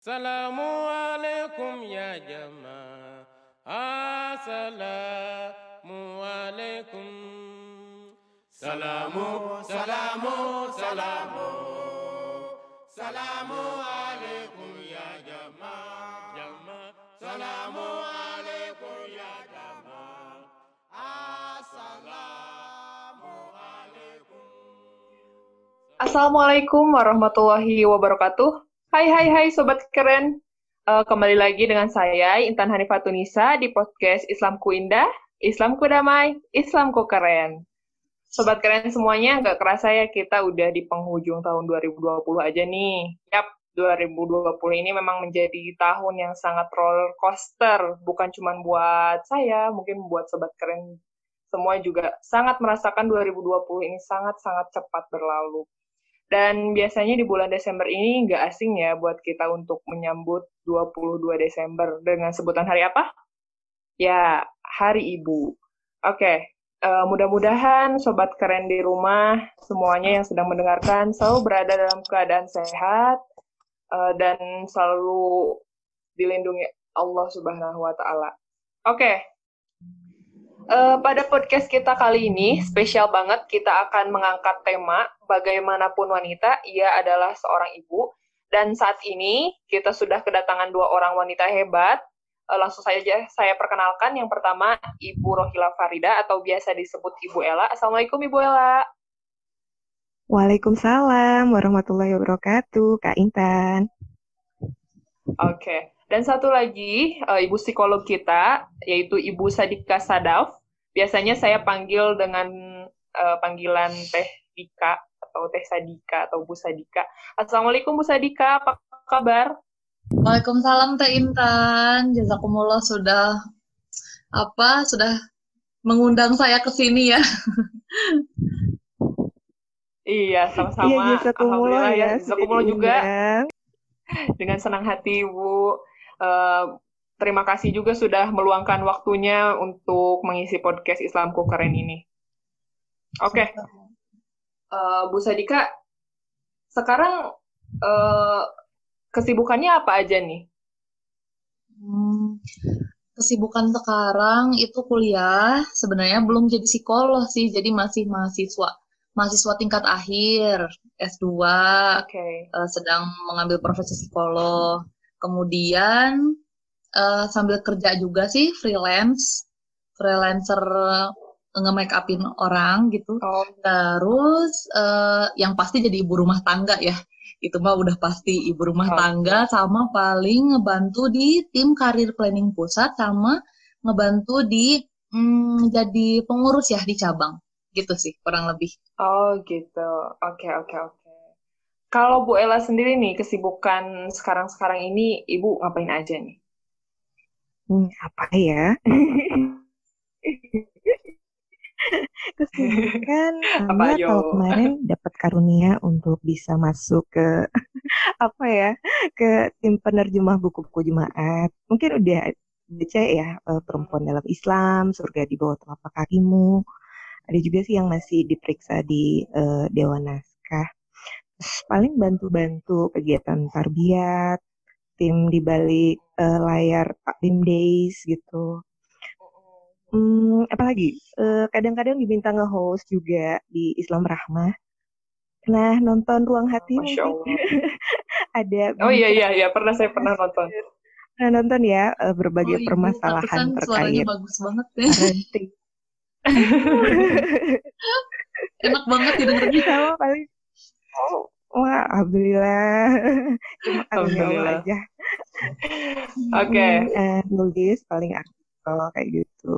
Assalamualaikum ya jamaah. Assalamualaikum. Salamu, salamu, salamu. Salamualaikum ya jamaah. Jamaah. Salamualaikum ya jamaah. Assalamualaikum. Assalamualaikum warahmatullahi wabarakatuh. Hai Sobat Keren. Kembali lagi dengan saya Intan Hanifatunisa di podcast Islamku Indah, Islamku Damai, Islamku Keren. Sobat Keren semuanya, nggak kerasa ya kita udah di penghujung tahun 2020 aja nih. Yap, 2020 ini memang menjadi tahun yang sangat roller coaster. Bukan cuma buat saya, mungkin buat Sobat Keren semua juga sangat merasakan 2020 ini sangat-sangat cepat berlalu. Dan biasanya di bulan Desember ini nggak asing ya buat kita untuk menyambut 22 Desember dengan sebutan hari apa? Ya, Hari Ibu. Oke, mudah-mudahan Sobat Keren di rumah, semuanya yang sedang mendengarkan selalu berada dalam keadaan sehat dan selalu dilindungi Allah Subhanahu wa Ta'ala. Oke. Pada podcast kita kali ini, spesial banget kita akan mengangkat tema bagaimanapun wanita, ia adalah seorang ibu. Dan saat ini kita sudah kedatangan dua orang wanita hebat. Langsung saja saya perkenalkan. Yang pertama, Ibu Rohila Farida atau biasa disebut Ibu Ella. Assalamualaikum Ibu Ella. Waalaikumsalam warahmatullahi wabarakatuh, Kak Intan. Oke. Dan satu lagi, ibu psikolog kita, yaitu Ibu Sadika Sadaf. Biasanya saya panggil dengan panggilan Teh Dika, atau Teh Sadika, atau Bu Sadika. Assalamualaikum Bu Sadika, apa kabar? Waalaikumsalam Teh Intan. Jazakumullah sudah mengundang saya ke sini ya. Iya, sama-sama. Iya, jazakumullah Alhamdulillah ya, jazakumullah juga. diundang. Dengan senang hati, Bu. Terima kasih juga sudah meluangkan waktunya untuk mengisi podcast Islamku Keren ini. Oke. Bu Sadika, sekarang kesibukannya apa aja nih? Kesibukan sekarang itu kuliah. Sebenarnya belum jadi psikolog sih, jadi masih mahasiswa tingkat akhir S2. Oke. Sedang mengambil profesi psikolog. Kemudian sambil kerja juga sih freelancer nge-make upin orang gitu. Oh. Terus yang pasti jadi ibu rumah tangga ya. Itu mah udah pasti ibu rumah tangga, sama paling ngebantu di tim karir planning pusat, sama ngebantu di jadi pengurus ya di cabang. Gitu sih kurang lebih. Oh gitu. Oke. Kalau Bu Ella sendiri nih, kesibukan sekarang ini Ibu ngapain aja nih? Apa ya? Kesibukan sama kalau kemarin dapat karunia untuk bisa masuk ke ke tim penerjemah buku-buku jemaat. Mungkin udah baca ya, Perempuan dalam Islam, Surga di Bawah Telapak Kakimu. Ada juga sih yang masih diperiksa di Dewan Naskah. Paling bantu-bantu kegiatan tarbiyat, tim di balik layar Taklim Days gitu. Apalagi kadang-kadang diminta nge-host juga di Islam Rahmah. Nah, nonton Ruang Hati mungkin ada. Oh iya, saya pernah nonton. Nah, nonton ya berbagai permasalahan terkait suaranya bagus banget ya. parenting. Enak banget didengarnya. Sama paling wah, alhamdulillah. Cuma karunia Allah aja. Oke. Nulis paling artikel kayak gitu.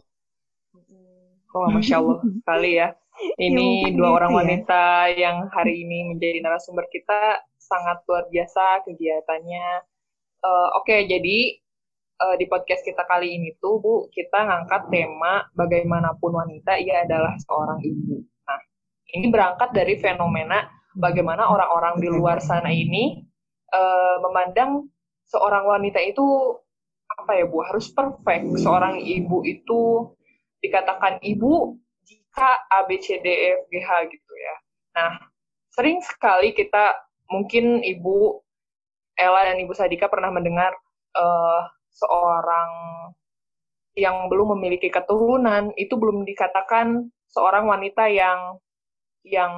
Oh, Masya Allah sekali ya. Ini dua orang wanita yang hari ini menjadi narasumber kita, sangat luar biasa kegiatannya. Oke, jadi di podcast kita kali ini tuh, Bu, kita ngangkat tema bagaimanapun wanita, ia adalah seorang ibu. Nah, ini berangkat dari fenomena bagaimana orang-orang di luar sana ini memandang seorang wanita itu, apa ya Bu, harus perfect. Seorang ibu itu dikatakan ibu jika A, B, C, D, E, F, G, H gitu ya. Nah, sering sekali kita, mungkin ibu Ella dan Ibu Sadika pernah mendengar seorang yang belum memiliki keturunan itu belum dikatakan seorang wanita yang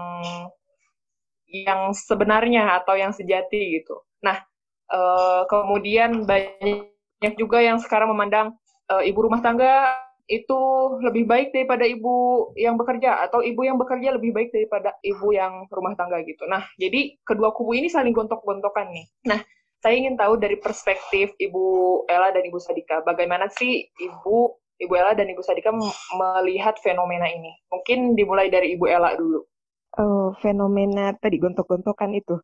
sebenarnya atau yang sejati gitu. Nah, kemudian banyak juga yang sekarang memandang ibu rumah tangga itu lebih baik daripada ibu yang bekerja, atau ibu yang bekerja lebih baik daripada ibu yang rumah tangga gitu. Nah, jadi kedua kubu ini saling gontok-gontokan nih. Nah, saya ingin tahu dari perspektif Ibu Ella dan Ibu Sadika, bagaimana sih Ibu Ella dan Ibu Sadika melihat fenomena ini? Mungkin dimulai dari Ibu Ella dulu. Oh, fenomena tadi gontok-gontokan itu.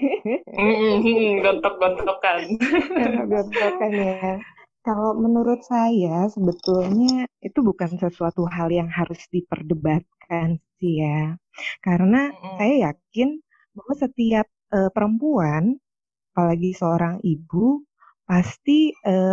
Gontok-gontokan. Gontok-gontokan ya. Kalau menurut saya sebetulnya itu bukan sesuatu hal yang harus diperdebatkan sih ya. Karena saya yakin bahwa setiap perempuan, apalagi seorang ibu, pasti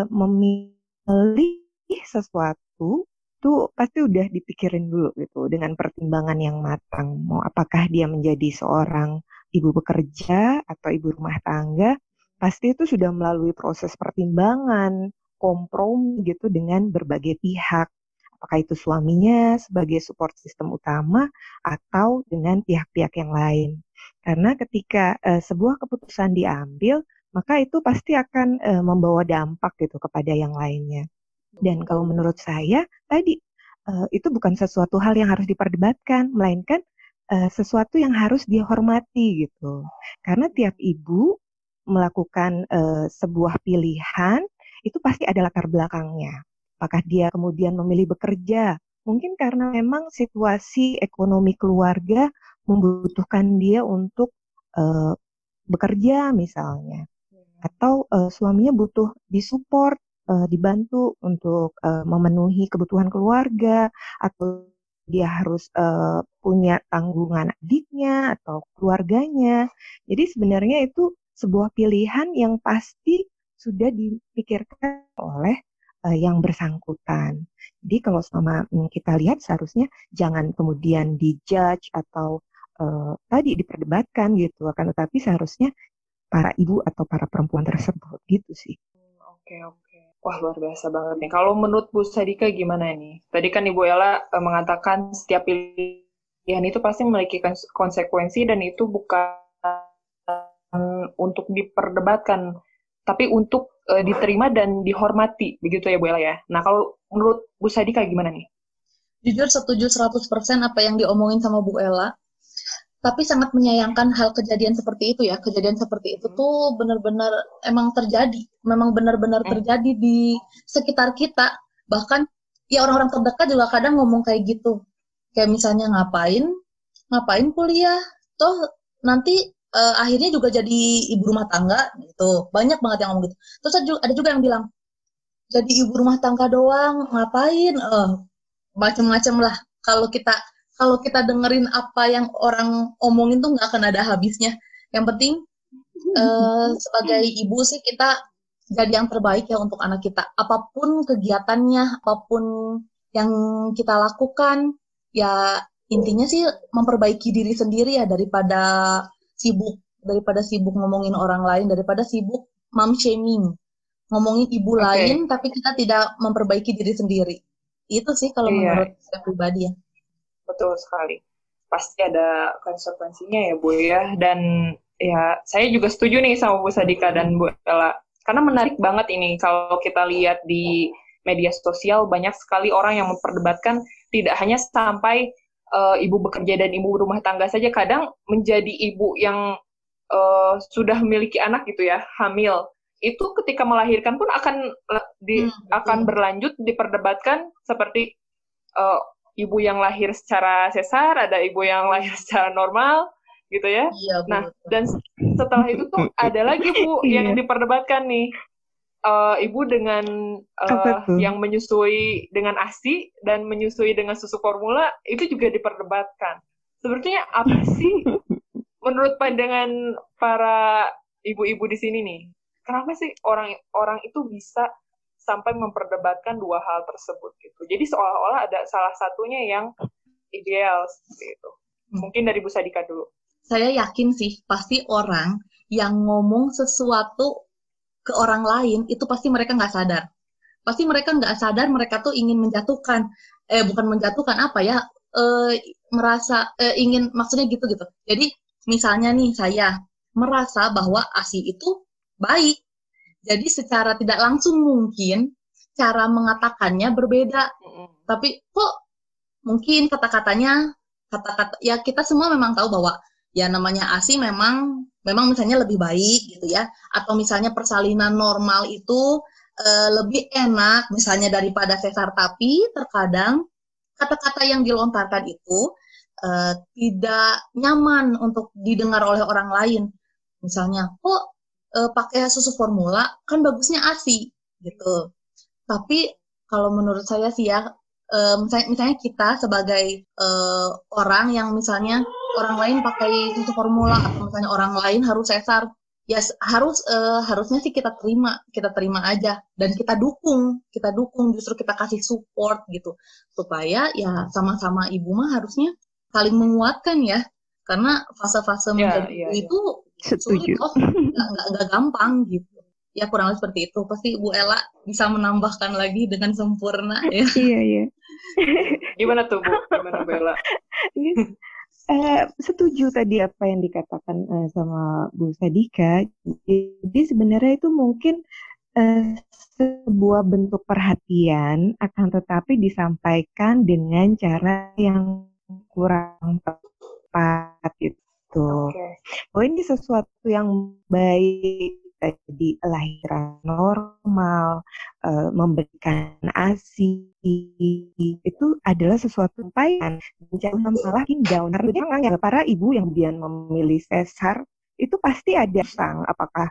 memilih sesuatu itu pasti udah dipikirin dulu gitu dengan pertimbangan yang matang. Mau apakah dia menjadi seorang ibu bekerja atau ibu rumah tangga, pasti itu sudah melalui proses pertimbangan, kompromi gitu dengan berbagai pihak. Apakah itu suaminya sebagai support system utama atau dengan pihak-pihak yang lain. Karena ketika sebuah keputusan diambil, maka itu pasti akan membawa dampak gitu kepada yang lainnya. Dan kalau menurut saya tadi itu bukan sesuatu hal yang harus diperdebatkan, melainkan sesuatu yang harus dihormati gitu. Karena tiap ibu melakukan sebuah pilihan itu pasti ada latar belakangnya. Apakah dia kemudian memilih bekerja? Mungkin karena memang situasi ekonomi keluarga membutuhkan dia untuk bekerja misalnya, atau suaminya butuh disupport, dibantu untuk memenuhi kebutuhan keluarga, atau dia harus punya tanggungan adiknya atau keluarganya. Jadi sebenarnya itu sebuah pilihan yang pasti sudah dipikirkan oleh yang bersangkutan. Jadi kalau sama kita lihat seharusnya jangan kemudian dijudge atau tadi diperdebatkan gitu, akan tetapi seharusnya para ibu atau para perempuan tersebut gitu sih. Oke. Wah, luar biasa banget nih. Kalau menurut Bu Sadika gimana nih? Tadi kan Ibu Ella mengatakan setiap pilihan itu pasti memiliki konsekuensi dan itu bukan untuk diperdebatkan, tapi untuk diterima dan dihormati. Begitu ya Bu Ella ya? Nah, kalau menurut Bu Sadika gimana nih? Jujur setuju 100% apa yang diomongin sama Bu Ella. Tapi sangat menyayangkan hal kejadian seperti itu ya. Kejadian seperti itu tuh benar-benar emang terjadi. Memang benar-benar terjadi di sekitar kita. Bahkan ya orang-orang terdekat juga kadang ngomong kayak gitu. Kayak misalnya ngapain kuliah? Toh nanti akhirnya juga jadi ibu rumah tangga gitu. Banyak banget yang ngomong gitu. Terus ada juga yang bilang, jadi ibu rumah tangga doang, ngapain? Macem-macem lah. Kalau kita dengerin apa yang orang omongin tuh nggak akan ada habisnya. Yang penting sebagai ibu sih kita jadi yang terbaik ya untuk anak kita. Apapun kegiatannya, apapun yang kita lakukan, ya intinya sih memperbaiki diri sendiri ya daripada sibuk ngomongin orang lain, daripada sibuk mom shaming, ngomongin ibu lain tapi kita tidak memperbaiki diri sendiri. Itu sih kalau menurut saya pribadi ya. Betul sekali. Pasti ada konsekuensinya ya Bu ya. Dan ya saya juga setuju nih sama Bu Sadika dan Bu Ella. Karena menarik banget ini kalau kita lihat di media sosial banyak sekali orang yang memperdebatkan tidak hanya sampai ibu bekerja dan ibu rumah tangga saja, kadang menjadi ibu yang sudah memiliki anak gitu ya, hamil. Itu ketika melahirkan pun akan berlanjut diperdebatkan seperti ibu yang lahir secara sesar, ada ibu yang lahir secara normal, gitu ya. Iya, nah, dan setelah itu tuh ada lagi Bu yang diperdebatkan nih. Ibu dengan yang menyusui dengan ASI dan menyusui dengan susu formula, itu juga diperdebatkan. Sebenarnya apa sih menurut pandangan para ibu-ibu di sini nih? Kenapa sih orang itu bisa sampai memperdebatkan dua hal tersebut gitu. Jadi seolah-olah ada salah satunya yang ideal seperti itu. Mungkin dari Bu Sadika dulu. Saya yakin sih pasti orang yang ngomong sesuatu ke orang lain, itu pasti mereka nggak sadar. Pasti mereka nggak sadar mereka tuh ingin menjatuhkan, bukan menjatuhkan apa ya, merasa ingin, maksudnya gitu. Jadi misalnya nih saya merasa bahwa ASI itu baik, jadi secara tidak langsung mungkin cara mengatakannya berbeda, tapi kok mungkin kata-katanya ya kita semua memang tahu bahwa ya namanya ASI memang misalnya lebih baik gitu ya, atau misalnya persalinan normal itu lebih enak misalnya daripada sesar, tapi terkadang kata-kata yang dilontarkan itu tidak nyaman untuk didengar oleh orang lain. Misalnya, kok pakai susu formula, kan bagusnya ASI gitu. Tapi kalau menurut saya sih ya, misalnya kita sebagai orang yang misalnya orang lain pakai susu formula, atau misalnya orang lain harus sesar, ya harusnya sih kita terima aja, dan kita dukung, justru kita kasih support gitu, supaya ya sama-sama ibu mah harusnya saling menguatkan ya, karena fase-fase menjadi ibu itu sulit, nggak gampang gitu. Ya kurang lebih seperti itu. Pasti Bu Ella bisa menambahkan lagi dengan sempurna ya. Iya. Gimana tuh Bu? Gimana Bu Ella? Setuju tadi apa yang dikatakan sama Bu Sadika. Jadi sebenarnya itu mungkin sebuah bentuk perhatian, akan tetapi disampaikan dengan cara yang kurang tepat gitu. Oh, ini sesuatu yang baik, tadi lahiran normal, memberikan ASI, itu adalah sesuatu upaya. Jangan malah downer, jangan ya, para ibu yang kemudian memilih sesar itu pasti ada sang, apakah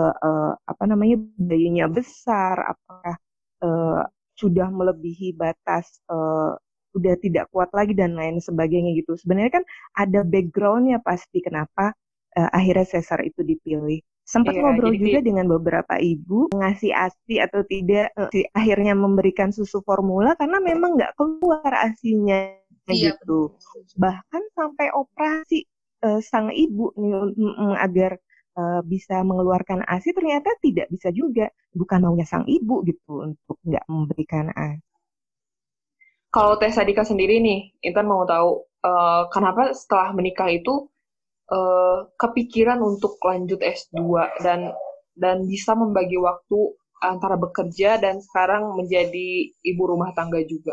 bayinya besar, apakah sudah melebihi batas, udah tidak kuat lagi dan lain sebagainya gitu. Sebenarnya kan ada background-nya pasti kenapa akhirnya sesar itu dipilih. Sempat ngobrol juga dengan beberapa ibu ngasih ASI atau tidak, akhirnya memberikan susu formula karena memang nggak keluar ASInya gitu. Bahkan sampai operasi sang ibu agar bisa mengeluarkan ASI ternyata tidak bisa juga. Bukan maunya sang ibu gitu untuk nggak memberikan ASI. Kalau Teh Sadika sendiri nih, Intan mau tahu kenapa setelah menikah itu kepikiran untuk lanjut S2 dan bisa membagi waktu antara bekerja dan sekarang menjadi ibu rumah tangga juga.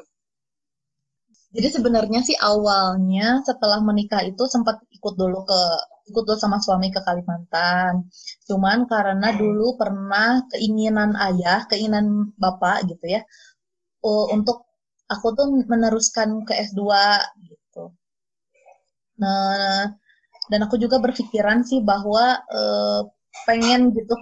Jadi sebenarnya sih awalnya setelah menikah itu sempat ikut dulu sama suami ke Kalimantan. Cuman karena dulu pernah keinginan keinginan bapak gitu ya, untuk aku tuh meneruskan ke S2 gitu. Nah, dan aku juga berpikiran sih bahwa pengen gitu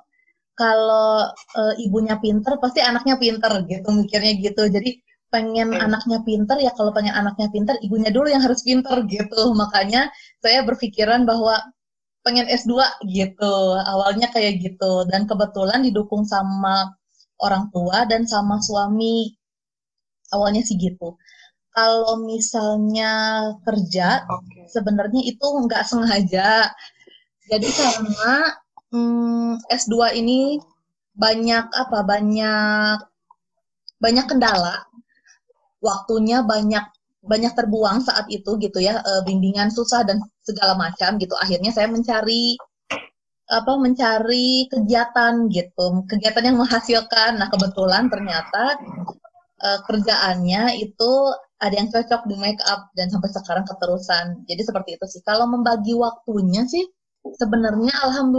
kalau ibunya pinter pasti anaknya pinter gitu, mikirnya gitu. Jadi pengen anaknya pinter ya, kalau pengen anaknya pinter ibunya dulu yang harus pinter gitu. Makanya saya berpikiran bahwa pengen S2 gitu. Awalnya kayak gitu, dan kebetulan didukung sama orang tua dan sama suami. Awalnya sih gitu. Kalau misalnya kerja, sebenarnya itu nggak sengaja. Jadi karena S2 ini banyak kendala, waktunya banyak terbuang saat itu gitu ya, bimbingan susah dan segala macam gitu. Akhirnya saya mencari kegiatan gitu, kegiatan yang menghasilkan. Nah kebetulan ternyata kerjaannya itu ada yang cocok di make up dan sampai sekarang keterusan. Jadi seperti itu sih. Kalau membagi waktunya sih sebenarnya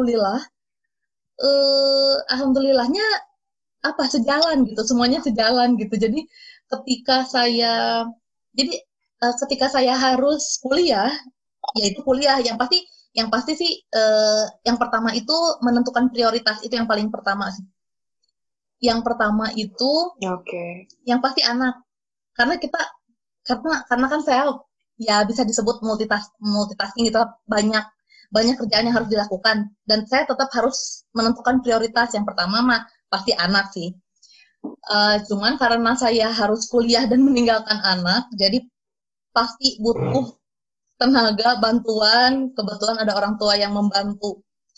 alhamdulillahnya sejalan gitu, semuanya sejalan gitu. Jadi ketika saya harus kuliah, yaitu kuliah yang pasti sih yang pertama itu menentukan prioritas, itu yang paling pertama sih. Yang pertama itu yang pasti anak. Karena kan saya ya bisa disebut multitasking gitu, banyak kerjaan yang harus dilakukan, dan saya tetap harus menentukan prioritas. Yang pertama mah pasti anak sih. Cuman karena saya harus kuliah dan meninggalkan anak, jadi pasti butuh tenaga bantuan. Kebetulan ada orang tua yang membantu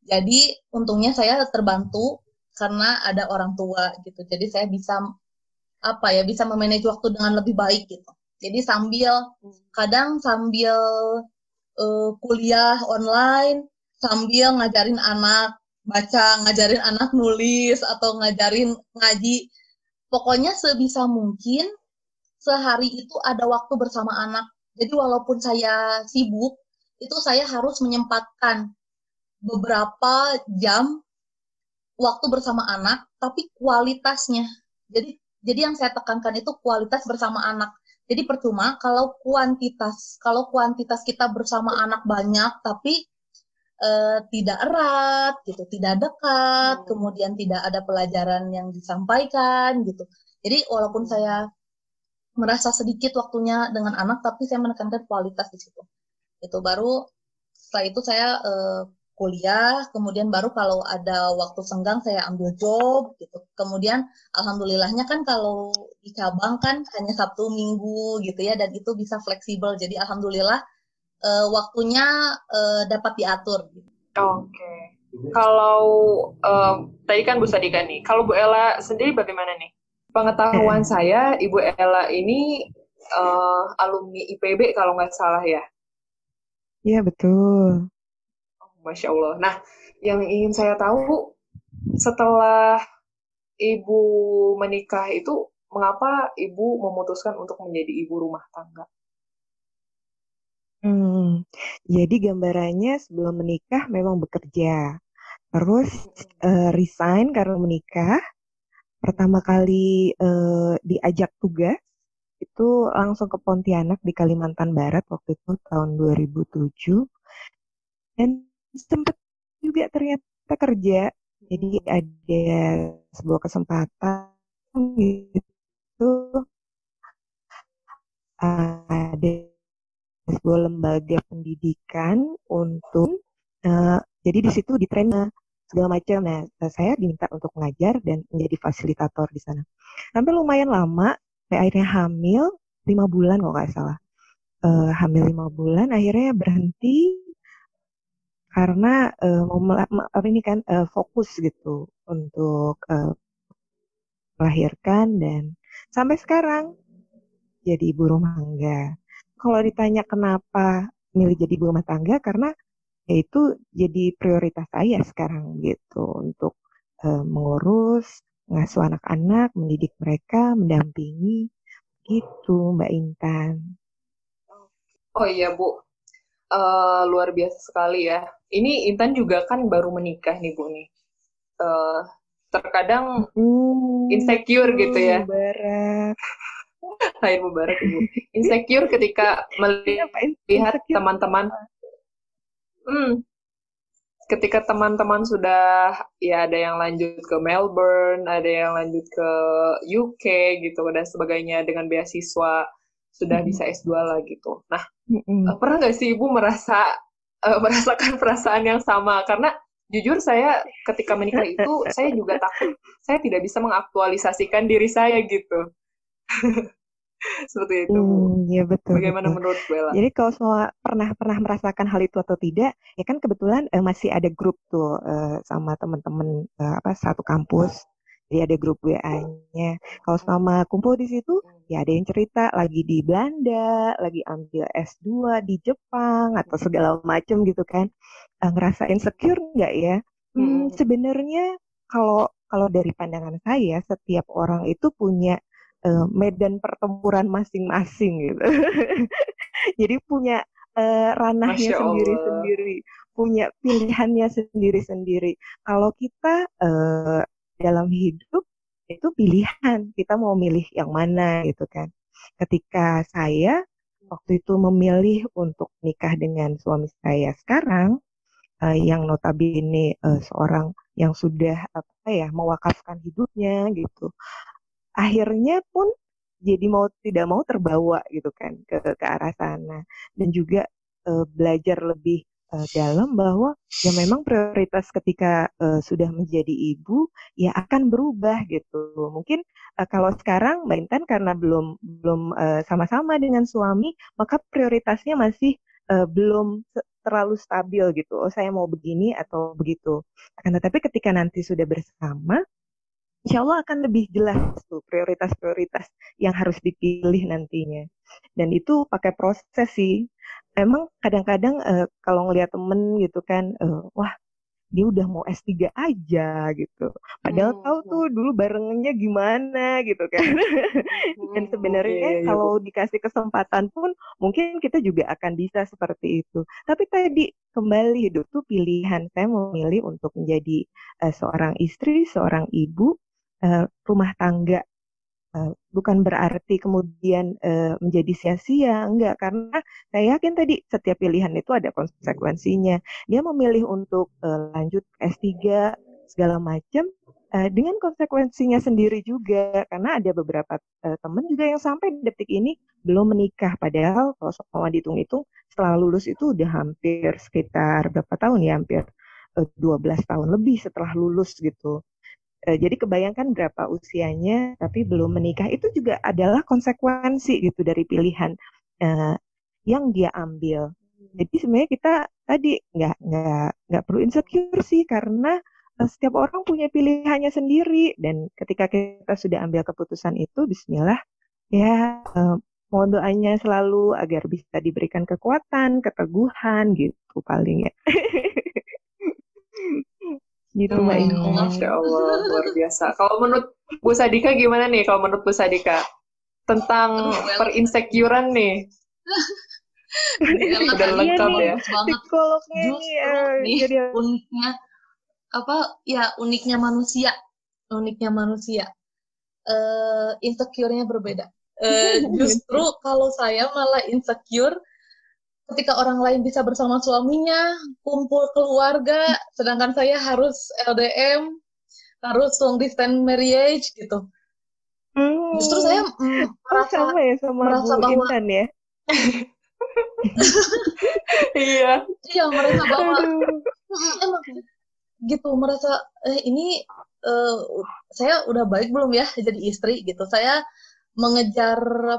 Jadi untungnya saya terbantu karena ada orang tua gitu. Jadi saya bisa bisa memanage waktu dengan lebih baik gitu. Jadi kadang sambil kuliah online, sambil ngajarin anak baca, ngajarin anak nulis atau ngajarin ngaji. Pokoknya sebisa mungkin sehari itu ada waktu bersama anak. Jadi walaupun saya sibuk, itu saya harus menyempatkan beberapa jam waktu bersama anak, tapi kualitasnya. Jadi yang saya tekankan itu kualitas bersama anak. Jadi percuma kalau kuantitas kita bersama anak banyak, tapi tidak erat gitu, tidak dekat, kemudian tidak ada pelajaran yang disampaikan gitu. Jadi walaupun saya merasa sedikit waktunya dengan anak, tapi saya menekankan kualitas di situ. Itu baru setelah itu saya kuliah, kemudian baru kalau ada waktu senggang saya ambil job gitu. Kemudian alhamdulillahnya kan kalau di cabang kan hanya Sabtu Minggu gitu ya, dan itu bisa fleksibel. Jadi alhamdulillah waktunya dapat diatur. Oke. Kalau tadi kan Bu Sadika nih, kalau Bu Ella sendiri bagaimana nih? Pengetahuan saya, Ibu Ella ini alumni IPB kalau nggak salah ya? Iya, betul. Masya Allah. Nah, yang ingin saya tahu, setelah Ibu menikah itu, mengapa Ibu memutuskan untuk menjadi ibu rumah tangga? Jadi gambarannya sebelum menikah memang bekerja. Terus resign karena menikah. Pertama kali diajak tugas itu langsung ke Pontianak di Kalimantan Barat waktu itu tahun 2007. Dan sempat juga ternyata kerja. Jadi ada sebuah kesempatan gitu, ada sebuah lembaga pendidikan untuk jadi di situ di train segala macam. Nah, saya diminta untuk mengajar dan menjadi fasilitator di sana. Sampai lumayan lama, sampai akhirnya hamil 5 bulan kalau nggak salah. Hamil 5 bulan, akhirnya berhenti karena fokus gitu untuk melahirkan dan sampai sekarang jadi ibu rumah tangga. Kalau ditanya kenapa milih jadi ibu rumah tangga, karena itu jadi prioritas saya sekarang gitu untuk mengurus, mengasuh anak-anak, mendidik mereka, mendampingi gitu, Mbak Intan. Oh iya, Bu. Luar biasa sekali ya. Ini Intan juga kan baru menikah nih, Bu nih. Terkadang insecure gitu ya. Mubarak. Hai Mubarak, Ibu. Insecure ketika melihat teman-teman. Ketika teman-teman sudah, ya ada yang lanjut ke Melbourne, ada yang lanjut ke UK gitu, dan sebagainya dengan beasiswa, sudah bisa S2 lah gitu. Nah, pernah nggak sih Ibu merasakan perasaan yang sama? Karena jujur saya ketika menikah itu, saya juga takut saya tidak bisa mengaktualisasikan diri saya gitu. Seperti itu, Bu. Ya betul. Bagaimana betul. menurut Bu Ella? Jadi kalau semua pernah merasakan hal itu atau tidak, ya kan kebetulan masih ada grup tuh sama teman-teman satu kampus. Jadi ada grup WA-nya. Kalau selama kumpul di situ, ya ada yang cerita lagi di Belanda, lagi ambil S2 di Jepang atau segala macam gitu kan. Ngerasa insecure nggak ya? Sebenarnya kalau dari pandangan saya, setiap orang itu punya medan pertempuran masing-masing gitu. Jadi punya ranahnya sendiri-sendiri, punya pilihannya sendiri-sendiri. Kalau kita dalam hidup itu pilihan, kita mau milih yang mana gitu kan. Ketika saya waktu itu memilih untuk nikah dengan suami saya sekarang, yang notabene seorang yang sudah mewakafkan hidupnya gitu. Akhirnya pun jadi mau tidak mau terbawa gitu kan ke arah sana, dan juga belajar lebih dalam bahwa ya memang prioritas ketika sudah menjadi ibu ya akan berubah gitu. Mungkin kalau sekarang Mbak Intan karena belum sama-sama dengan suami, maka prioritasnya masih belum terlalu stabil gitu. Oh, saya mau begini atau begitu. Akan tetapi ketika nanti sudah bersama, insya Allah akan lebih jelas tuh prioritas-prioritas yang harus dipilih nantinya. Dan itu pakai proses sih. Emang kadang-kadang kalau ngelihat temen gitu kan, wah dia udah mau S3 aja gitu. Padahal tahu tuh dulu barengannya gimana gitu kan. Dan sebenarnya kalau dikasih kesempatan pun mungkin kita juga akan bisa seperti itu. Tapi tadi kembali hidup tuh pilihan. Saya memilih untuk menjadi seorang istri, seorang ibu, rumah tangga. Bukan berarti kemudian menjadi sia-sia, enggak, karena saya yakin tadi setiap pilihan itu ada konsekuensinya. Dia memilih untuk lanjut S3 segala macam dengan konsekuensinya sendiri juga, karena ada beberapa teman juga yang sampai detik ini belum menikah, padahal kalau sama dihitung-hitung setelah lulus itu udah hampir sekitar berapa tahun ya, hampir 12 tahun lebih setelah lulus gitu. Jadi kebayangkan berapa usianya tapi belum menikah, itu juga adalah konsekuensi gitu dari pilihan yang dia ambil. Jadi sebenarnya kita tadi nggak perlu insecure sih, karena setiap orang punya pilihannya sendiri, dan ketika kita sudah ambil keputusan itu, Bismillah ya, mohon doanya selalu agar bisa diberikan kekuatan, keteguhan gitu paling ya. Gitu Mbak Indah. Masya Allah, luar biasa. Kalau menurut Bu Sadika gimana nih? Kalau menurut Bu Sadika tentang perinsecurean nih? Udah lengkap ya. Psikolognya nih, jadi uniknya apa ya, uniknya manusia. Insecure-nya berbeda. Justru kalau saya malah insecure ketika orang lain bisa bersama suaminya, kumpul keluarga, sedangkan saya harus LDM, harus long distance marriage gitu. Justru saya merasa Bu bahwa Intan ya. Iya, merasa bahwa emang gitu, merasa ini saya udah baik belum ya jadi istri gitu. Saya mengejar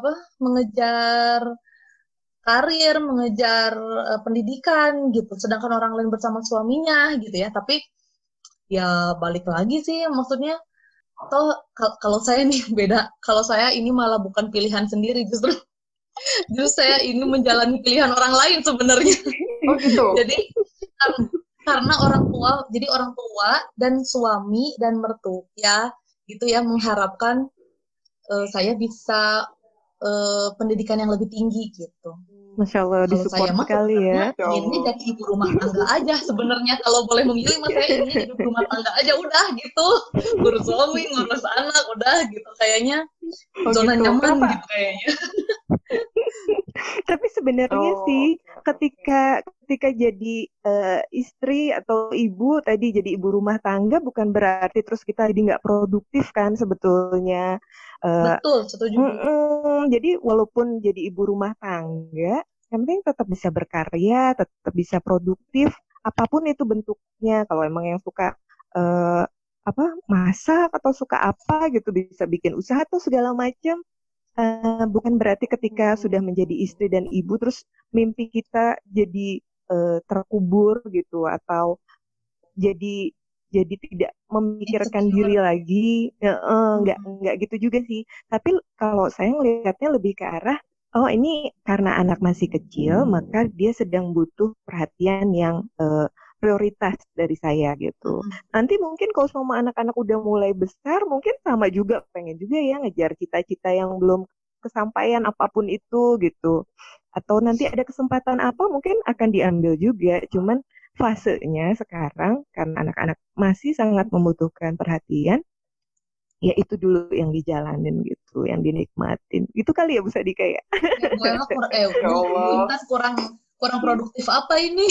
karir, mengejar pendidikan gitu, sedangkan orang lain bersama suaminya gitu ya. Tapi ya balik lagi sih, maksudnya toh kalau saya nih beda. Kalau saya ini malah bukan pilihan sendiri, justru saya ini menjalani pilihan orang lain sebenarnya. Oh gitu. Jadi karena orang tua dan suami dan mertua gitu ya mengharapkan saya bisa pendidikan yang lebih tinggi gitu. Masya Allah, disupport sekali ya. Ini jadi ibu rumah tangga aja sebenarnya, kalau boleh memilih mas saya ini ibu rumah tangga aja udah gitu, ngurus suami, ngurus anak udah gitu, kayaknya zona nyaman gitu kayaknya. Tapi sebenarnya sih ketika jadi istri atau ibu tadi, jadi ibu rumah tangga bukan berarti terus kita jadi nggak produktif kan sebetulnya. Betul, setuju. Jadi walaupun jadi ibu rumah tangga, yang penting tetap bisa berkarya, tetap bisa produktif, apapun itu bentuknya. Kalau emang yang suka masak atau suka apa gitu, bisa bikin usaha atau segala macam. Bukan berarti ketika sudah menjadi istri dan ibu terus mimpi kita jadi terkubur gitu, atau jadi tidak memikirkan diri lagi. Nggak gitu juga sih. Tapi kalau saya ngelihatnya lebih ke arah, oh ini karena anak masih kecil, maka dia sedang butuh perhatian yang prioritas dari saya gitu. Nanti mungkin kalau sama anak-anak udah mulai besar, mungkin sama juga, pengen juga ya ngejar cita-cita yang belum kesampaian apapun itu gitu. Atau nanti ada kesempatan apa mungkin akan diambil juga. Cuman fasenya sekarang karena anak-anak masih sangat membutuhkan perhatian, ya itu dulu yang dijalanin gitu, yang dinikmatin. Itu kali ya Bu Sadika ya. Kurang produktif apa ini?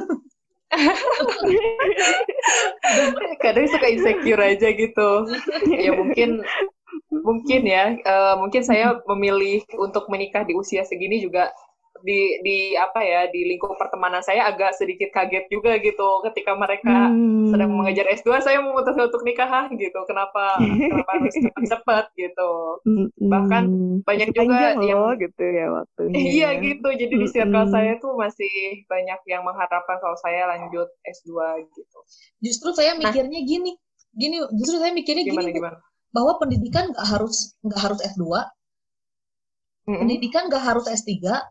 Kadang suka insecure aja gitu. Ya mungkin ya, mungkin saya memilih untuk menikah di usia segini juga di apa ya, di lingkup pertemanan saya agak sedikit kaget juga gitu ketika mereka sedang mengejar S2, saya memutuskan untuk nikah gitu. Kenapa harus cepat-cepat gitu. Bahkan banyak Masih juga panjang loh yang gitu ya waktunya. iya gitu. Jadi di circle saya tuh masih banyak yang mengharapkan kalau saya lanjut S2 gitu. Justru saya mikirnya gini, justru saya mikirnya gini, Bu, Gimana? bahwa pendidikan nggak harus S2, pendidikan nggak harus S3,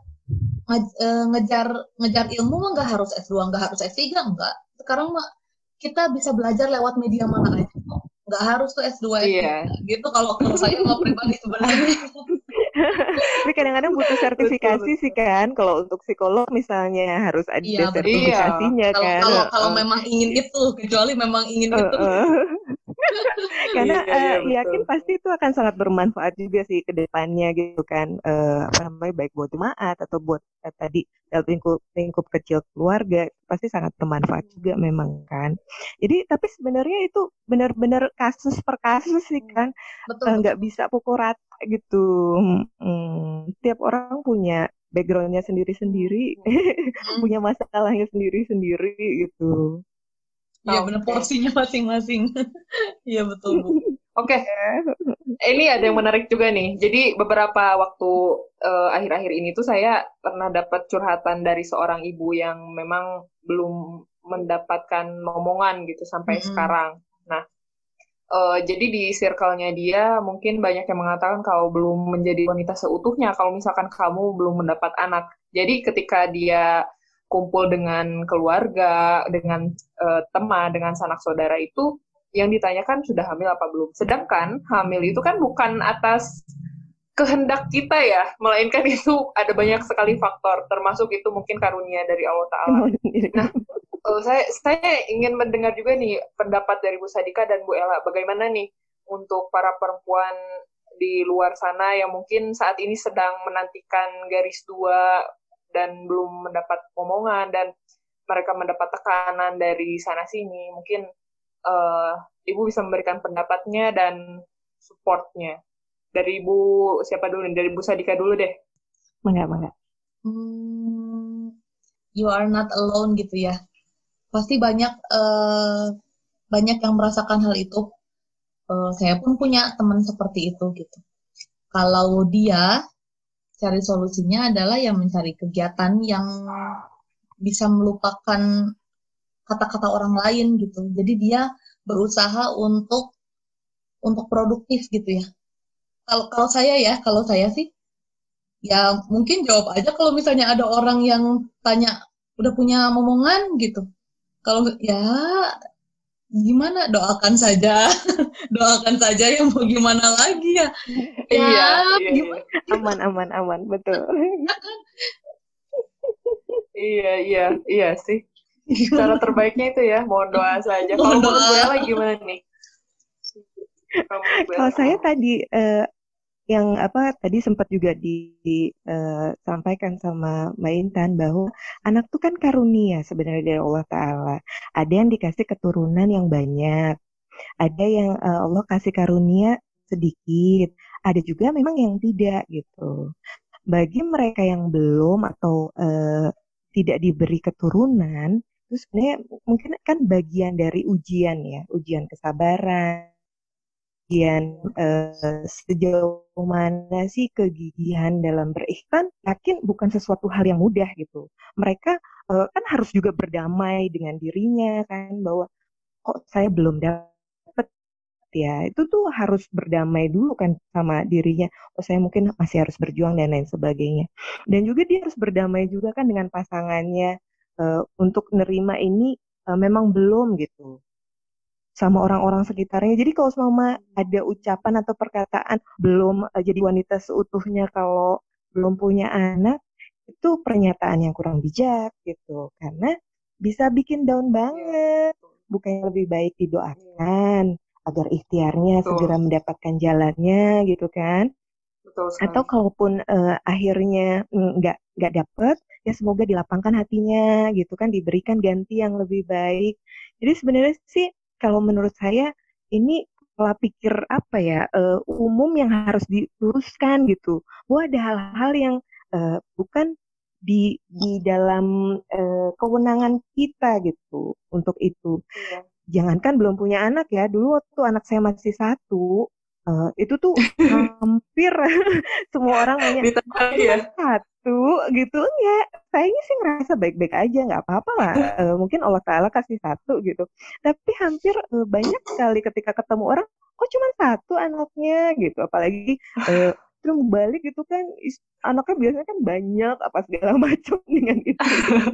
ngejar ilmu mah nggak harus S2, nggak harus S3, enggak. Sekarang mah kita bisa belajar lewat media mana aja kok. Nggak harus tuh S2, Iya. S3 gitu kalau saya mah pribadi sebenarnya. Tapi kadang-kadang butuh sertifikasi sih kan. Kalau untuk psikolog misalnya harus ada Iya, betul. sertifikasinya kan. Kalau memang ingin itu, kecuali memang ingin itu. Karena Iya, yakin pasti itu akan sangat bermanfaat juga sih ke depannya gitu kan. Apa namanya, baik buat jemaat atau buat tadi dalam lingkup kecil keluarga, pasti sangat bermanfaat juga memang kan. Jadi tapi sebenarnya itu benar-benar kasus per kasus sih kan. Nggak bisa pukul rata gitu. Tiap orang punya backgroundnya sendiri-sendiri, punya masalahnya sendiri-sendiri gitu. Iya benar, porsinya masing-masing. Iya betul, Bu. Oke. Ini ada yang menarik juga nih. Jadi beberapa waktu akhir-akhir ini tuh saya pernah dapat curhatan dari seorang ibu yang memang belum mendapatkan omongan gitu sampai sekarang. Nah, jadi di circle-nya dia mungkin banyak yang mengatakan kalau belum menjadi wanita seutuhnya kalau misalkan kamu belum mendapat anak. Jadi ketika dia kumpul dengan keluarga, dengan teman, dengan sanak saudara itu, yang ditanyakan sudah hamil apa belum. Sedangkan hamil itu kan bukan atas kehendak kita ya, melainkan itu ada banyak sekali faktor, termasuk itu mungkin karunia dari Allah Ta'ala. Nah, saya ingin mendengar juga nih pendapat dari Bu Sadika dan Bu Ella, bagaimana nih untuk para perempuan di luar sana yang mungkin saat ini sedang menantikan garis 2 dan belum mendapat omongan dan mereka mendapat tekanan dari sana-sini. Mungkin Ibu bisa memberikan pendapatnya dan support-nya. Dari Ibu siapa dulu? Dari Bu Sadika dulu deh. Mangga. You are not alone gitu ya. Pasti banyak yang merasakan hal itu. Saya pun punya teman seperti itu gitu. Kalau dia cari solusinya adalah yang mencari kegiatan yang bisa melupakan kata-kata orang lain gitu. Jadi dia berusaha untuk produktif gitu ya. Kalau saya sih ya mungkin jawab aja kalau misalnya ada orang yang tanya udah punya momongan gitu. Kalau ya gimana, doakan saja. Doakan saja, yang mau gimana lagi ya. Iya. Aman, betul. Iya sih. Cara terbaiknya itu ya, mohon doa saja. Kalau menurut Bu Ella gimana nih? Kalau saya tadi yang tadi sempat juga disampaikan sama Mbak Intan bahwa anak tuh kan karunia sebenarnya dari Allah Ta'ala. Ada yang dikasih keturunan yang banyak, ada yang Allah kasih karunia sedikit, ada juga memang yang tidak gitu. Bagi mereka yang belum atau tidak diberi keturunan, itu sebenarnya mungkin kan bagian dari ujian ya, ujian kesabaran, sejauh mana sih kegigihan dalam berikhtiar, yakin bukan sesuatu hal yang mudah gitu. Mereka kan harus juga berdamai dengan dirinya kan, bahwa kok saya belum dapat ya, itu tuh harus berdamai dulu kan sama dirinya. Oh, saya mungkin masih harus berjuang dan lain sebagainya. Dan juga dia harus berdamai juga kan dengan pasangannya untuk nerima ini memang belum gitu sama orang-orang sekitarnya. Jadi kalau selama ada ucapan atau perkataan belum jadi wanita seutuhnya kalau belum punya anak, itu pernyataan yang kurang bijak gitu. Karena bisa bikin down banget. Bukannya lebih baik didoakan agar ikhtiarnya segera mendapatkan jalannya gitu kan. Atau kalaupun akhirnya nggak dapet, ya semoga dilapangkan hatinya gitu kan, diberikan ganti yang lebih baik. Jadi sebenarnya sih kalau menurut saya ini pola pikir umum yang harus diluruskan gitu. Bahwa ada hal-hal yang bukan di dalam kewenangan kita gitu untuk itu. Iya. Jangankan belum punya anak ya, dulu waktu anak saya masih satu, itu tuh hampir semua orang nanya, Ditanya cuma ya. satu gitu. Enggak, sayangnya sih ngerasa baik-baik aja, nggak apa-apa lah. Mungkin Allah Ta'ala kasih satu gitu. Tapi hampir banyak sekali ketika ketemu orang, kok cuma satu anaknya gitu. Apalagi terus balik gitu kan, anaknya biasanya kan banyak apa segala macam dengan itu.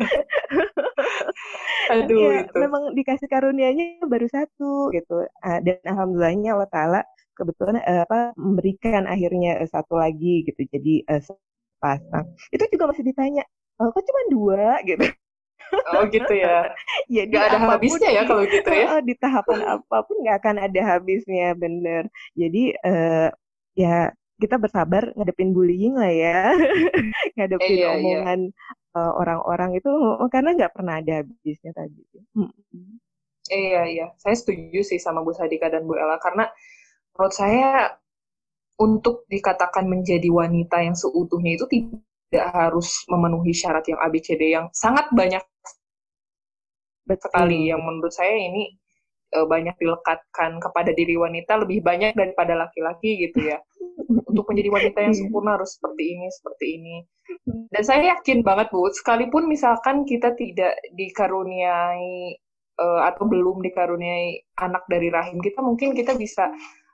Aduh Ya itu. memang dikasih karunianya baru satu gitu. Dan alhamdulillahnya Allah Ta'ala kebetulan memberikan akhirnya satu lagi gitu. Jadi sepasang. Itu juga masih ditanya, kok cuma dua gitu. Oh gitu ya. Jadi Gak ada apapun habisnya ya kalau gitu ya. di tahapan apapun nggak akan ada habisnya, bener. Jadi ya kita bersabar ngadepin bullying lah ya, ngadepin Iya, iya. omongan orang-orang itu karena nggak pernah ada habisnya tadi. Iya, iya. Saya setuju sih sama Bu Sadika dan Bu Ella karena menurut saya untuk dikatakan menjadi wanita yang seutuhnya itu tidak harus memenuhi syarat yang ABCD yang sangat banyak sekali. Yang menurut saya ini banyak dilekatkan kepada diri wanita lebih banyak daripada laki-laki gitu ya. Untuk menjadi wanita yang sempurna harus seperti ini, seperti ini. Dan saya yakin banget Bu, sekalipun misalkan kita tidak dikaruniai atau belum dikaruniai anak dari rahim kita, mungkin kita bisa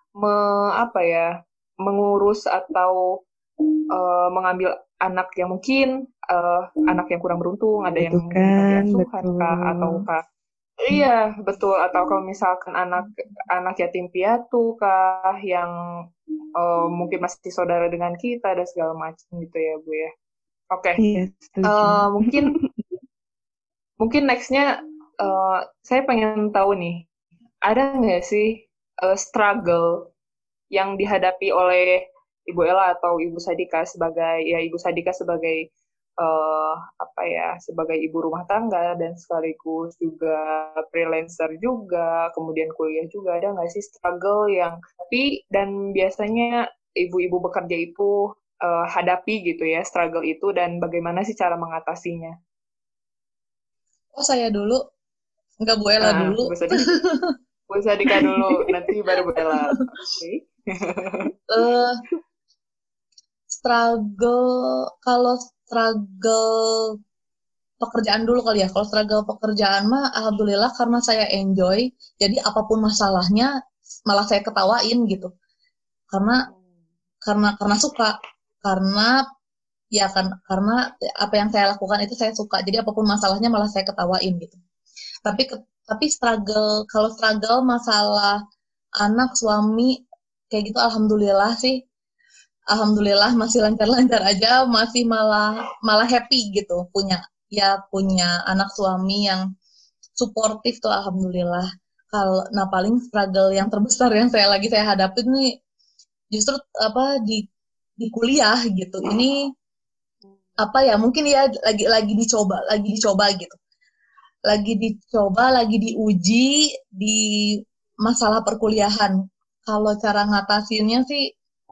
mengurus atau mengambil anak yang mungkin anak yang kurang beruntung, ada yang mungkin panti asuhan kah, ataukah iya betul, atau kalau misalkan anak yatim piatu kah yang mungkin masih saudara dengan kita dan segala macam gitu ya Bu ya. Oke. Iya, Mungkin nextnya saya pengen tahu nih, ada nggak sih struggle yang dihadapi oleh Ibu Ella atau Ibu Sadika sebagai sebagai ibu rumah tangga dan sekaligus juga freelancer juga, kemudian kuliah juga, ada nggak sih struggle yang dan biasanya ibu-ibu bekerja itu hadapi gitu ya struggle itu dan bagaimana sih cara mengatasinya? Oh, saya dulu, enggak Bu Ella dulu. Bu Sadika dulu, nanti baru Bu Ella. Oke. Kalau struggle pekerjaan dulu kali ya. Kalau struggle pekerjaan mah alhamdulillah karena saya enjoy, jadi apapun masalahnya malah saya ketawain gitu. Karena suka, karena apa yang saya lakukan itu saya suka. Jadi apapun masalahnya malah saya ketawain gitu. Tapi kalau struggle masalah anak, suami kayak gitu alhamdulillah sih. Alhamdulillah masih lancar-lancar aja, masih malah happy gitu punya anak suami yang suportif tuh alhamdulillah. Paling struggle yang terbesar yang saya hadapi nih justru di kuliah gitu. Ini mungkin ya lagi dicoba gitu. Lagi diuji di masalah perkuliahan. Kalau cara ngatasinnya sih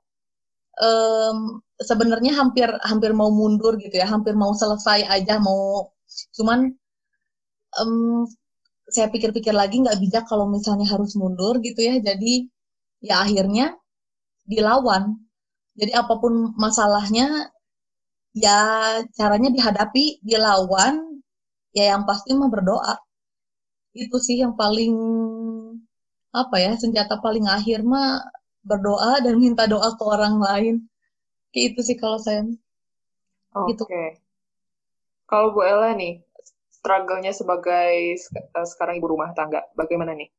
sebenarnya hampir mau mundur gitu ya, hampir mau selesai aja, cuman saya pikir-pikir lagi nggak bijak kalau misalnya harus mundur gitu ya, jadi ya akhirnya dilawan. Jadi apapun masalahnya ya caranya dihadapi, dilawan, ya yang pasti mah berdoa. Itu sih yang paling senjata paling akhir mah berdoa dan minta doa ke orang lain. Kayak itu sih kalau saya. Gitu. Oke. Kalau Bu Ella nih, struggle-nya sebagai sekarang ibu rumah tangga, bagaimana nih?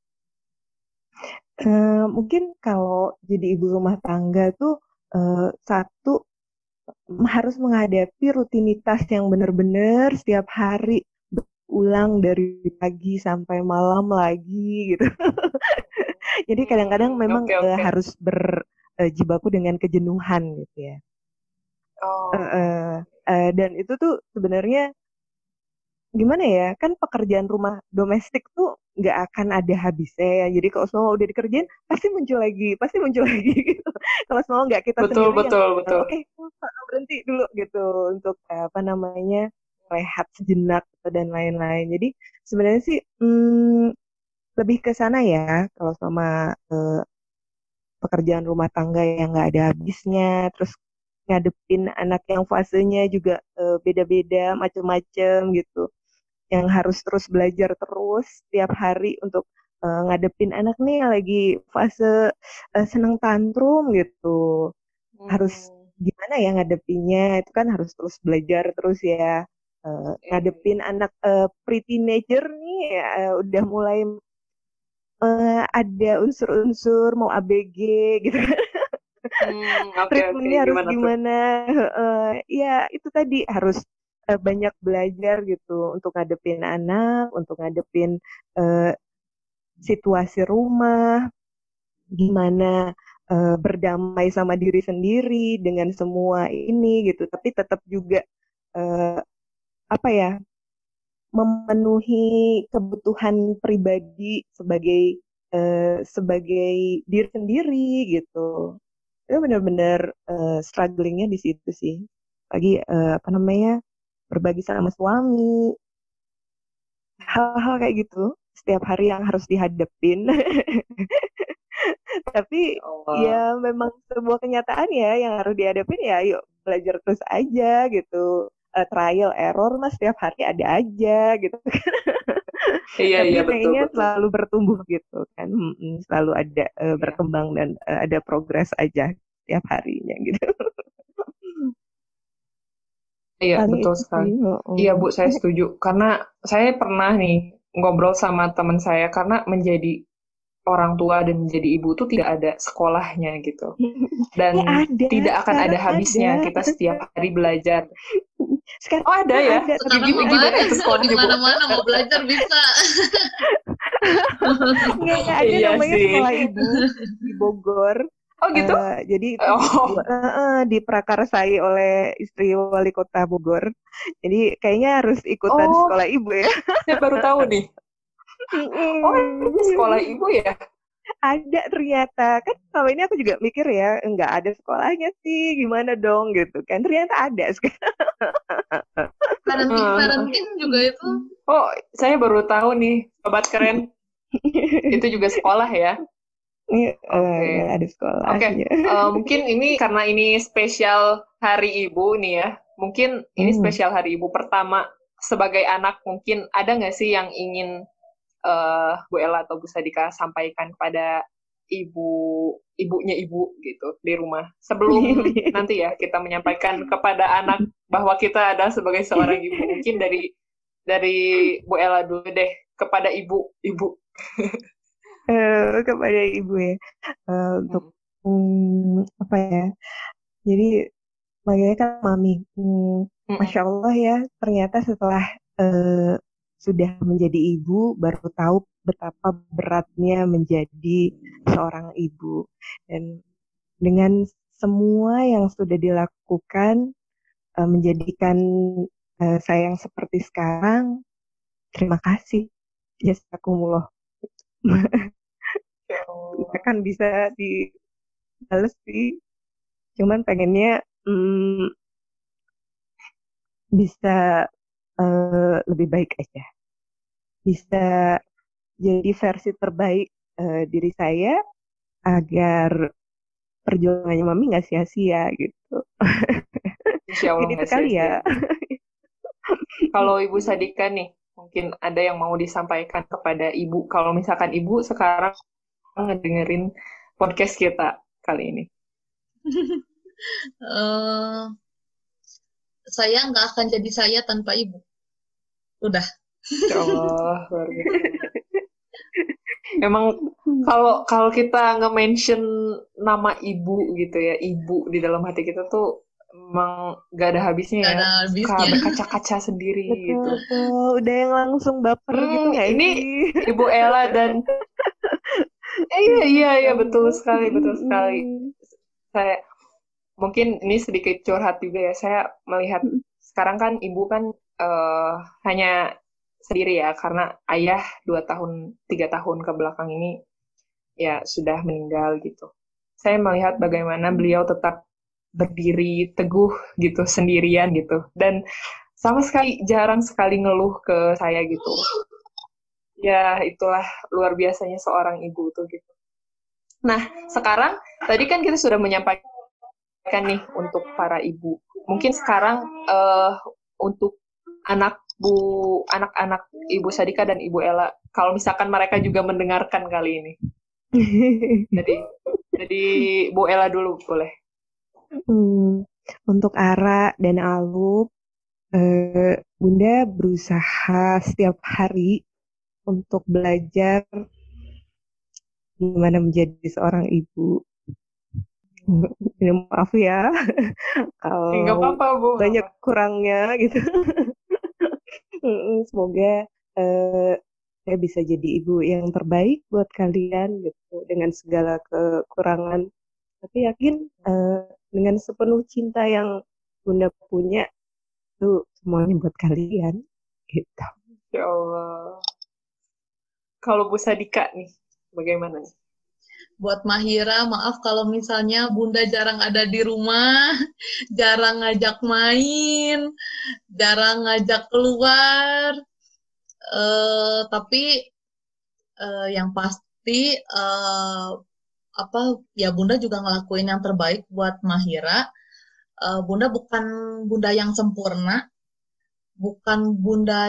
Mungkin kalau jadi ibu rumah tangga tuh satu harus menghadapi rutinitas yang benar-benar setiap hari berulang dari pagi sampai malam lagi gitu. Jadi kadang-kadang memang harus berjibaku dengan kejenuhan gitu ya. Dan itu tuh sebenarnya gimana ya, kan pekerjaan rumah domestik tuh nggak akan ada habisnya ya. Jadi kalau semua udah dikerjain, pasti muncul lagi gitu. Kalau semua nggak kita Betul, sendiri yang, betul, betul. oke, berhenti dulu gitu untuk apa namanya rehat sejenak gitu, dan lain-lain. Jadi sebenarnya sih lebih ke sana ya kalau sama pekerjaan rumah tangga yang nggak ada habisnya, terus ngadepin anak yang fasenya juga beda-beda, macem-macem gitu, yang harus terus belajar terus tiap hari untuk ngadepin anak nih yang lagi fase senang tantrum gitu. Harus Hmm, gimana ya ngadepinnya, itu kan harus terus belajar terus ya. Ngadepin iya. anak pre-teenager nih ya, udah mulai ada unsur-unsur mau ABG gitu. Oke, oke. Treatmentnya harus Gimana tuh? gimana. Ya itu tadi harus banyak belajar gitu untuk ngadepin anak, untuk ngadepin eh, situasi rumah, gimana berdamai sama diri sendiri dengan semua ini gitu, tapi tetap juga eh, apa ya, memenuhi kebutuhan pribadi sebagai diri sendiri gitu. Itu benar-benar strugglingnya di situ sih. Lagi apa namanya, berbagi sama suami, hal-hal kayak gitu setiap hari yang harus dihadapin. Tapi Ya Allah. ya memang sebuah kenyataan ya yang harus dihadapin, ya yuk belajar terus aja gitu. Trial error mas setiap hari ada aja gitu. Iya, Tapi iya, betul, pengennya betul. selalu bertumbuh gitu kan. Selalu ada Iya. berkembang dan ada progres aja tiap harinya gitu. Iya, Paling betul itu sekali. sih. Iya, Bu, saya setuju. Karena saya pernah nih ngobrol sama teman saya, karena menjadi orang tua dan menjadi ibu tuh tidak ada sekolahnya gitu. Dan Ada, tidak akan ada sekarang habisnya ada. kita setiap hari belajar. Sekarang Oh, ada ya? ada, tapi Sekarang mah Gimana itu mau di sekolahnya, Bu? mana-mana mau belajar bisa. nggak ada Iya namanya sih. sekolah ibu di Bogor. Oh gitu? Jadi itu Oh, diprakarsai oleh istri wali kota Bogor. Jadi kayaknya harus ikutan oh, sekolah ibu ya. saya baru tahu nih. Oh, ini sekolah Mm-mm. ibu ya? Ada ternyata, kan selama ini aku juga mikir ya nggak ada sekolahnya sih, gimana dong gitu kan, ternyata ada sekarang. Parenting juga itu. Oh, saya baru tahu nih, sobat keren. Itu juga sekolah ya? Ini nggak Oke. ada Oke, sekolahnya. mungkin ini karena ini spesial Hari Ibu nih ya. Mungkin ini Hmm. spesial Hari Ibu pertama sebagai anak. Mungkin ada nggak sih yang ingin Bu Ella atau Bu Sadika sampaikan kepada ibunya ibu gitu di rumah. Sebelum nanti ya kita menyampaikan kepada anak bahwa kita ada sebagai seorang ibu. Mungkin dari Bu Ella dulu deh kepada ibu. Kepada ibu ya. Untuk Mm, apa ya, jadi makanya kan mami, mm, Masya Allah ya, ternyata setelah eh, sudah menjadi ibu baru tahu betapa beratnya menjadi seorang ibu. Dan dengan semua yang sudah dilakukan menjadikan saya yang seperti sekarang, terima kasih. Jazakumullah. Ya Ya Allah. kan bisa dibales sih. Cuman pengennya bisa lebih baik aja. Bisa jadi versi terbaik diri saya agar perjuangannya mami nggak sia-sia gitu. Insya Allah Mungkin itu nggak kali sia-sia. ya. Kalau Ibu Sadika nih, mungkin ada yang mau disampaikan kepada Ibu. Kalau misalkan Ibu sekarang ngedengerin podcast kita kali ini. Eh, saya nggak akan jadi saya tanpa ibu. Udah. Insya Allah, luar biasa. Emang kalau kalau kita nge-mention nama ibu gitu ya, ibu di dalam hati kita tuh emang gak ada habisnya Nggak ya. ada Suka habisnya. berkaca-kaca sendiri Betul, gitu. betul. Udah yang langsung baper gitu nggak Ini sih? Ibu Ella dan iya iya iya betul sekali betul sekali. Saya mungkin ini sedikit curhat juga ya. Saya melihat sekarang kan ibu kan hanya sendiri ya, karena ayah 2 tahun, 3 tahun ke belakang ini ya sudah meninggal gitu. Saya melihat bagaimana beliau tetap berdiri teguh gitu sendirian gitu, dan sama sekali jarang sekali ngeluh ke saya gitu. Ya itulah luar biasanya seorang ibu tuh gitu. Nah sekarang tadi kan kita sudah menyampaikan nih untuk para ibu. Mungkin sekarang untuk anak-anak Ibu Sadika dan Ibu Ella, kalau misalkan mereka juga mendengarkan kali ini. Jadi Bu Ella dulu boleh. Untuk Ara dan Alup, Bunda berusaha setiap hari untuk belajar gimana menjadi seorang ibu. Maaf ya, Nggak kalau apa-apa Bu. banyak kurangnya gitu. Semoga saya bisa jadi ibu yang terbaik buat kalian gitu, dengan segala kekurangan. Tapi yakin dengan sepenuh cinta yang Bunda punya, itu semuanya buat kalian gitu. Ya Allah. Kalau Bu Sadika nih, bagaimana nih? Buat Mahira, maaf kalau misalnya Bunda jarang ada di rumah, jarang ngajak main, jarang ngajak keluar. Tapi yang pasti ya Bunda juga ngelakuin yang terbaik buat Mahira. Bunda bukan Bunda yang sempurna, bukan Bunda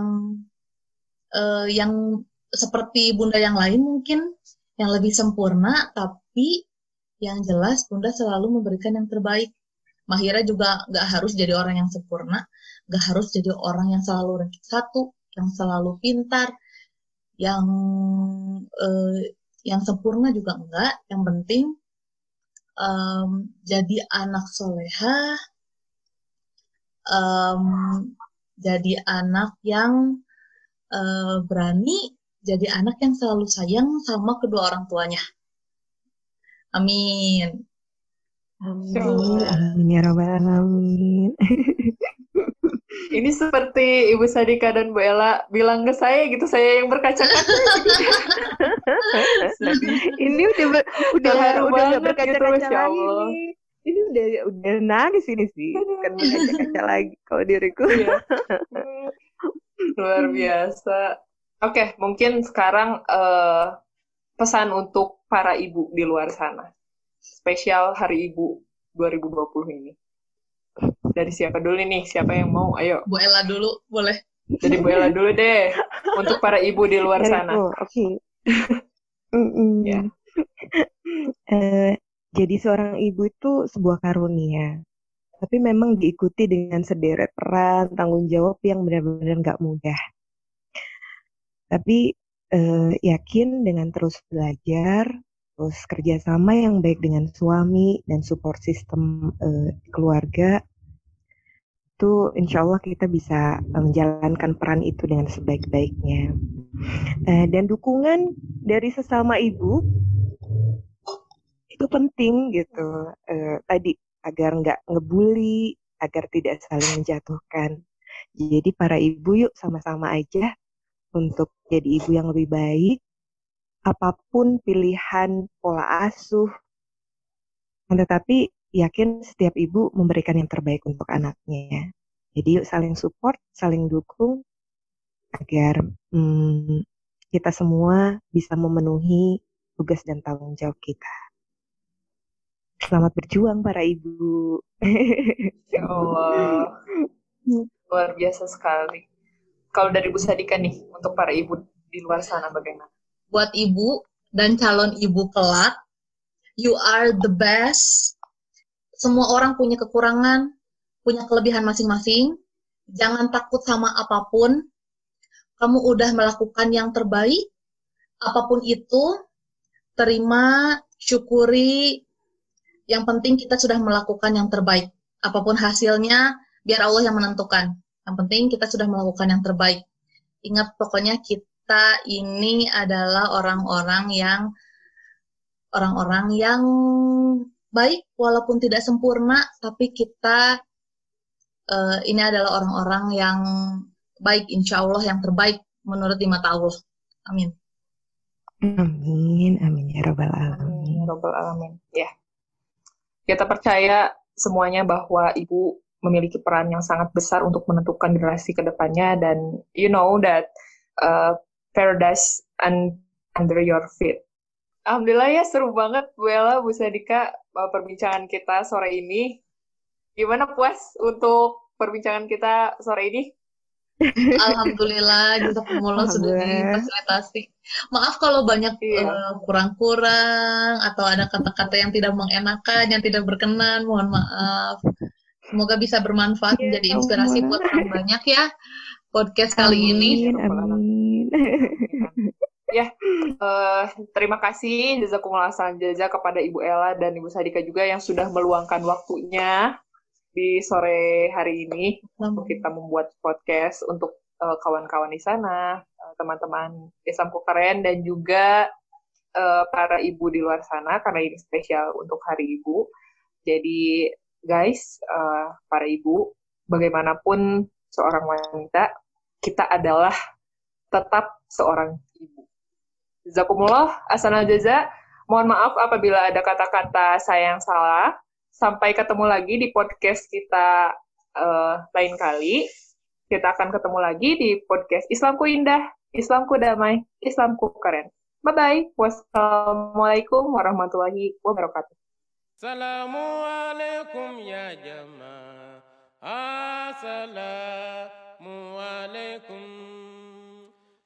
yang seperti Bunda yang lain mungkin yang lebih sempurna, tapi yang jelas Bunda selalu memberikan yang terbaik. Mahira juga nggak harus jadi orang yang sempurna, nggak harus jadi orang yang selalu ranking 1, yang selalu pintar, yang sempurna juga enggak. Yang penting jadi anak solehah, jadi anak yang berani, jadi anak yang selalu sayang sama kedua orang tuanya. Amin. Amin ya rabbal alamin. Ini seperti Ibu Sadika dan Bu Ella bilang ke saya gitu, saya yang berkaca-kaca. Ini udah Terharu nggak banget berkaca-kaca gitu, Masya lagi Allah. nih. Ini udah nangis ini sih, bukan berkaca-kaca lagi kalau diriku. Iya. Luar biasa. Oke, mungkin sekarang pesan untuk para ibu di luar sana. Spesial Hari Ibu 2020 ini. Dari siapa dulu nih? Siapa yang mau? Ayo. Bu Ella dulu, boleh. Jadi Bu Ella dulu deh. Untuk para ibu di luar sana. Oke. Ya. Jadi seorang ibu itu sebuah karunia. Tapi memang diikuti dengan sederet peran, tanggung jawab yang benar-benar nggak mudah. Tapi yakin dengan terus belajar, terus kerjasama yang baik dengan suami dan support system keluarga, itu insya Allah kita bisa menjalankan peran itu dengan sebaik-baiknya. Dan dukungan dari sesama ibu itu penting gitu. Tadi agar nggak ngebully, agar tidak saling menjatuhkan. Jadi para ibu yuk sama-sama aja untuk jadi ibu yang lebih baik. Apapun pilihan pola asuh, tetapi yakin setiap ibu memberikan yang terbaik untuk anaknya. Jadi yuk saling support, saling dukung agar kita semua bisa memenuhi tugas dan tanggung jawab kita. Selamat berjuang para ibu. Ya Allah. Luar biasa sekali. Kalau dari Bu Sadika nih, untuk para ibu di luar sana bagaimana? Buat ibu dan calon ibu kelak, you are the best. Semua orang punya kekurangan, punya kelebihan masing-masing. Jangan takut sama apapun. Kamu udah melakukan yang terbaik. Apapun itu, terima, syukuri. Yang penting kita sudah melakukan yang terbaik. Apapun hasilnya, biar Allah yang menentukan. Yang penting kita sudah melakukan yang terbaik. Ingat pokoknya kita ini adalah orang-orang yang baik walaupun tidak sempurna, tapi kita ini adalah orang-orang yang baik, insya Allah yang terbaik menurut di mata Allah. Amin. Amin, amin ya Rabbal Amin, Alamin. ya Rabbal Alamin. Ya, kita percaya semuanya bahwa Ibu memiliki peran yang sangat besar untuk menentukan generasi ke depannya, dan you know that paradise under your feet. Alhamdulillah ya, seru banget Bu Ella, Bu Sadika, perbincangan kita sore ini. Gimana, puas untuk perbincangan kita sore ini? Alhamdulillah, jazakumullah sudah Alhamdulillah. difasilitasi. Maaf kalau banyak Iya. kurang-kurang atau ada kata-kata yang tidak mengenakan, yang tidak berkenan, mohon maaf. Semoga bisa bermanfaat Ya menjadi inspirasi buat Allah. orang banyak ya podcast kali ini. Amin, amin. Ya, terima kasih jazakumullah khairan jazak kepada Ibu Ella dan Ibu Sadika juga yang sudah meluangkan waktunya di sore hari ini untuk kita membuat podcast untuk kawan-kawan di sana, teman-teman Islamku Keren, dan juga para ibu di luar sana, karena ini spesial untuk Hari Ibu. Jadi guys, para ibu, bagaimanapun seorang wanita, kita adalah tetap seorang ibu. Jazakumullah ahsanal jaza. Mohon maaf apabila ada kata-kata saya yang salah. Sampai ketemu lagi di podcast kita lain kali. Kita akan ketemu lagi di podcast Islamku Indah, Islamku Damai, Islamku Keren. Bye-bye. Wassalamualaikum warahmatullahi wabarakatuh. Assalamualaikum ya jamaah.